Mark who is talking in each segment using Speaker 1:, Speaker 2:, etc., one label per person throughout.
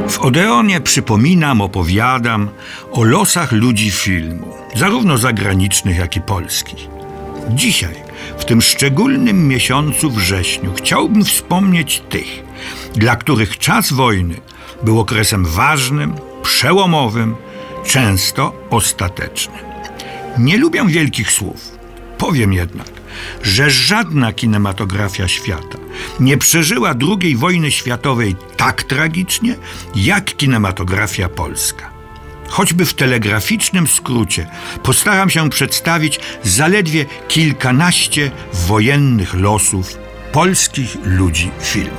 Speaker 1: W Odeonie przypominam, opowiadam o losach ludzi filmu, zarówno zagranicznych, jak i polskich. Dzisiaj, w tym szczególnym miesiącu wrześniu, chciałbym wspomnieć tych, dla których czas wojny był okresem ważnym, przełomowym, często ostatecznym. Nie lubię wielkich słów. Powiem jednak, że żadna kinematografia świata nie przeżyła II wojny światowej tak tragicznie, jak kinematografia polska. Choćby w telegraficznym skrócie postaram się przedstawić zaledwie kilkanaście wojennych losów polskich ludzi filmu.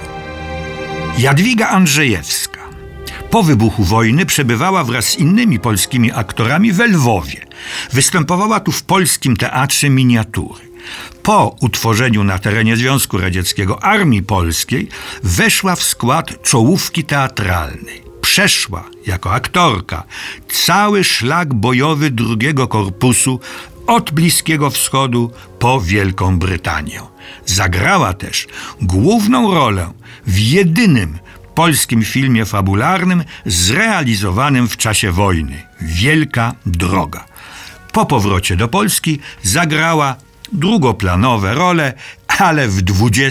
Speaker 1: Jadwiga Andrzejewska po wybuchu wojny przebywała wraz z innymi polskimi aktorami w Lwowie. Występowała tu w Polskim Teatrze Miniatury. Po utworzeniu na terenie Związku Radzieckiego Armii Polskiej weszła w skład czołówki teatralnej. Przeszła jako aktorka cały szlak bojowy II Korpusu od Bliskiego Wschodu po Wielką Brytanię. Zagrała też główną rolę w jedynym polskim filmie fabularnym zrealizowanym w czasie wojny – Wielka Droga. Po powrocie do Polski zagrała drugoplanowe role, ale w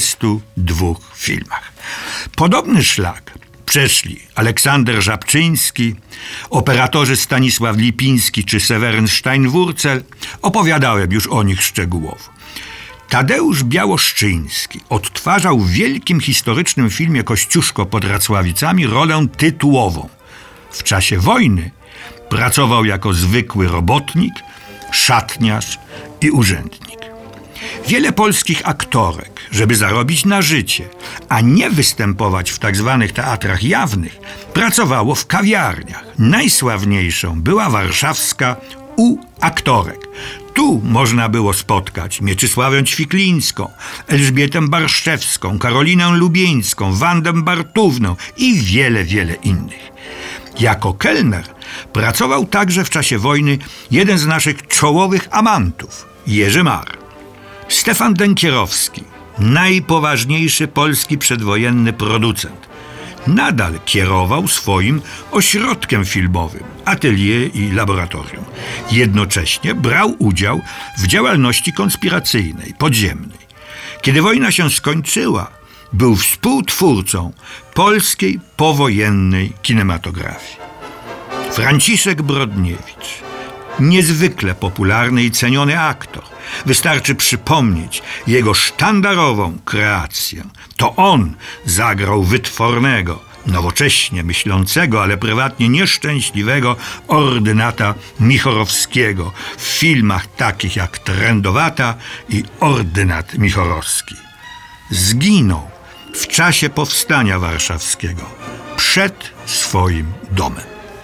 Speaker 1: 22 filmach. Podobny szlak przeszli Aleksander Żabczyński, operatorzy Stanisław Lipiński czy Seweryn Steinwurzel. Opowiadałem już o nich szczegółowo. Tadeusz Białoszczyński odtwarzał w wielkim historycznym filmie Kościuszko pod Racławicami rolę tytułową. W czasie wojny pracował jako zwykły robotnik, szatniarz i urzędnik. Wiele polskich aktorek, żeby zarobić na życie, a nie występować w tak zwanych teatrach jawnych, pracowało w kawiarniach. Najsławniejszą była warszawska U Aktorek. Tu można było spotkać Mieczysławę Ćwiklińską, Elżbietę Barszczewską, Karolinę Lubieńską, Wandę Bartównę i wiele innych. Jako kelner pracował także w czasie wojny jeden z naszych czołowych amantów, Jerzy Mar. Stefan Denkierowski, najpoważniejszy polski przedwojenny producent, nadal kierował swoim ośrodkiem filmowym, atelier i laboratorium. Jednocześnie brał udział w działalności konspiracyjnej, podziemnej. Kiedy wojna się skończyła, był współtwórcą polskiej powojennej kinematografii. Franciszek Brodniewicz, niezwykle popularny i ceniony aktor. Wystarczy przypomnieć jego sztandarową kreację. To on zagrał wytwornego, nowocześnie myślącego, ale prywatnie nieszczęśliwego ordynata Michorowskiego w filmach takich jak Trędowata i Ordynat Michorowski. Zginął w czasie powstania warszawskiego, przed swoim domem.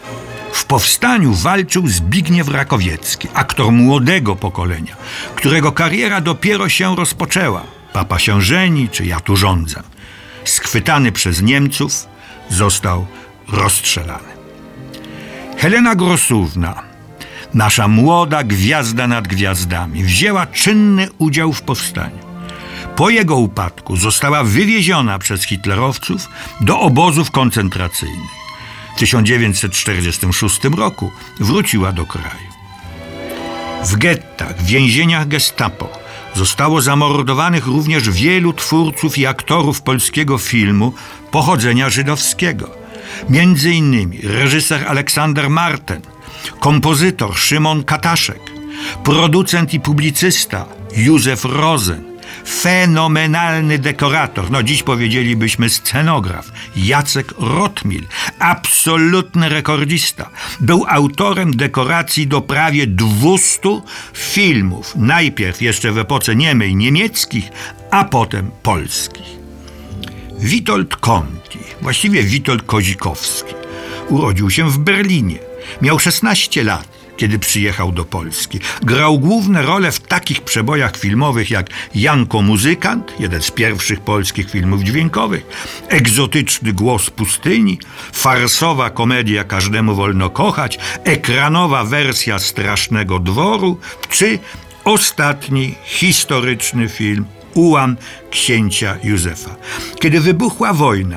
Speaker 1: W powstaniu walczył Zbigniew Rakowiecki, aktor młodego pokolenia, którego kariera dopiero się rozpoczęła. Papa się żeni, czy ja tu rządzę. Schwytany przez Niemców, został rozstrzelany. Helena Grosówna, nasza młoda gwiazda nad gwiazdami, wzięła czynny udział w powstaniu. Po jego upadku została wywieziona przez hitlerowców do obozów koncentracyjnych. W 1946 roku wróciła do kraju. W gettach, w więzieniach gestapo zostało zamordowanych również wielu twórców i aktorów polskiego filmu pochodzenia żydowskiego. Między innymi reżyser Aleksander Marten, kompozytor Szymon Kataszek, producent i publicysta Józef Rozen, fenomenalny dekorator, dziś powiedzielibyśmy scenograf, Jacek Rotmil, absolutny rekordzista. Był autorem dekoracji do prawie 200 filmów, najpierw jeszcze w epoce niemej niemieckich, a potem polskich. Witold Conti, właściwie Witold Kozikowski, urodził się w Berlinie. Miał 16 lat, kiedy przyjechał do Polski. Grał główne role w takich przebojach filmowych jak Janko Muzykant, jeden z pierwszych polskich filmów dźwiękowych, Egzotyczny głos pustyni, farsowa komedia Każdemu wolno kochać, ekranowa wersja Strasznego dworu, czy ostatni historyczny film Ułan księcia Józefa. Kiedy wybuchła wojna,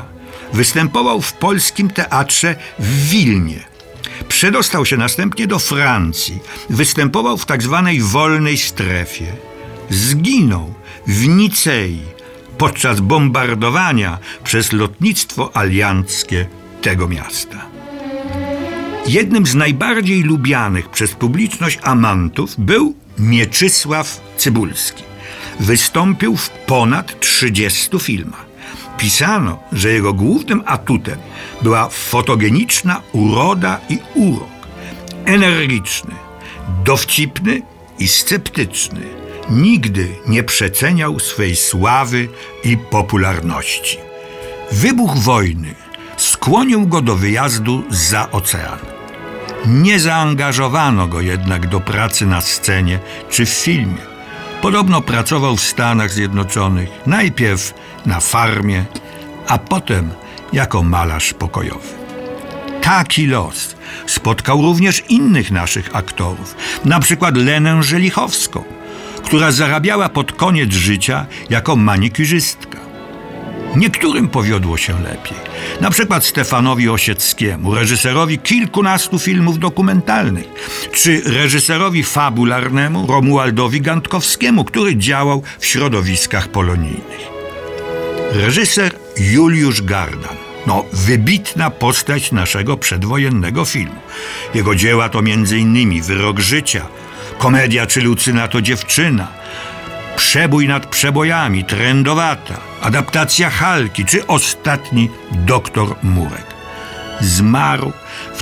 Speaker 1: występował w polskim teatrze w Wilnie. Przedostał się następnie do Francji. Występował w tak zwanej wolnej strefie. Zginął w Nicei podczas bombardowania przez lotnictwo alianckie tego miasta. Jednym z najbardziej lubianych przez publiczność amantów był Mieczysław Cybulski. Wystąpił w ponad 30 filmach. Pisano, że jego głównym atutem była fotogeniczna uroda i urok. Energiczny, dowcipny i sceptyczny. Nigdy nie przeceniał swej sławy i popularności. Wybuch wojny skłonił go do wyjazdu zza ocean. Nie zaangażowano go jednak do pracy na scenie czy w filmie. Podobno pracował w Stanach Zjednoczonych, najpierw na farmie, a potem jako malarz pokojowy. Taki los spotkał również innych naszych aktorów, na przykład Lenę Żelichowską, która zarabiała pod koniec życia jako manikurzystka. Niektórym powiodło się lepiej, na przykład Stefanowi Osieckiemu, reżyserowi kilkunastu filmów dokumentalnych, czy reżyserowi fabularnemu Romualdowi Gantkowskiemu, który działał w środowiskach polonijnych. Reżyser Juliusz Gardan, wybitna postać naszego przedwojennego filmu. Jego dzieła to m.in. Wyrok życia, Komedia czy Lucyna to dziewczyna, Przebój nad przebojami, Trędowata, adaptacja Halki czy ostatni Doktor Murek. Zmarł w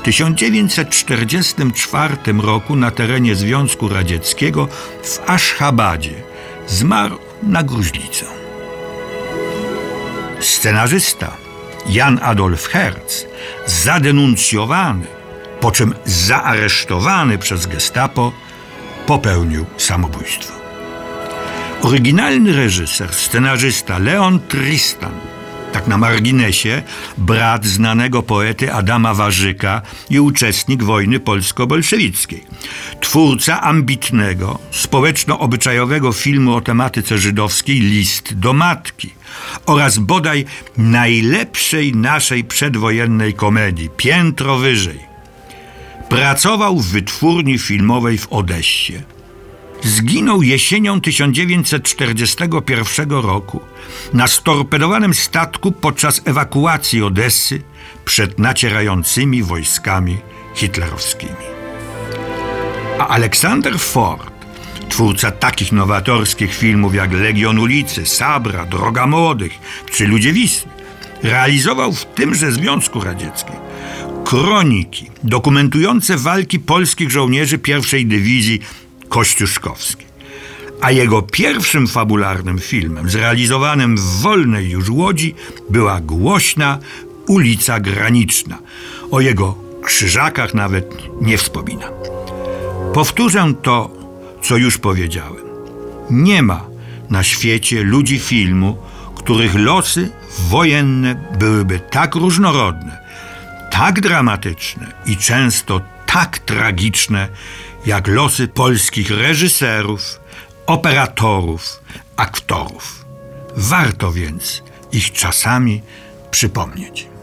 Speaker 1: 1944 roku na terenie Związku Radzieckiego w Aszchabadzie. Zmarł na gruźlicę. Scenarzysta Jan Adolf Herz, zadenuncjowany, po czym zaaresztowany przez gestapo, popełnił samobójstwo. Oryginalny reżyser, scenarzysta Leon Tristan, tak na marginesie, brat znanego poety Adama Warzyka i uczestnik wojny polsko-bolszewickiej. Twórca ambitnego, społeczno-obyczajowego filmu o tematyce żydowskiej List do matki oraz bodaj najlepszej naszej przedwojennej komedii Piętro wyżej. Pracował w wytwórni filmowej w Odessie. Zginął jesienią 1941 roku na storpedowanym statku podczas ewakuacji Odessy przed nacierającymi wojskami hitlerowskimi. A Aleksander Ford, twórca takich nowatorskich filmów jak Legion ulicy, Sabra, Droga młodych czy Ludzie Wisły, realizował w tymże Związku Radzieckim kroniki dokumentujące walki polskich żołnierzy pierwszej dywizji kościuszkowskiej. A jego pierwszym fabularnym filmem, zrealizowanym w wolnej już Łodzi, była głośna Ulica Graniczna. O jego krzyżakach nawet nie wspominam. Powtórzę to, co już powiedziałem. Nie ma na świecie ludzi filmu, których losy wojenne byłyby tak różnorodne, tak dramatyczne i często tak tragiczne, jak losy polskich reżyserów, operatorów, aktorów. Warto więc ich czasami przypomnieć.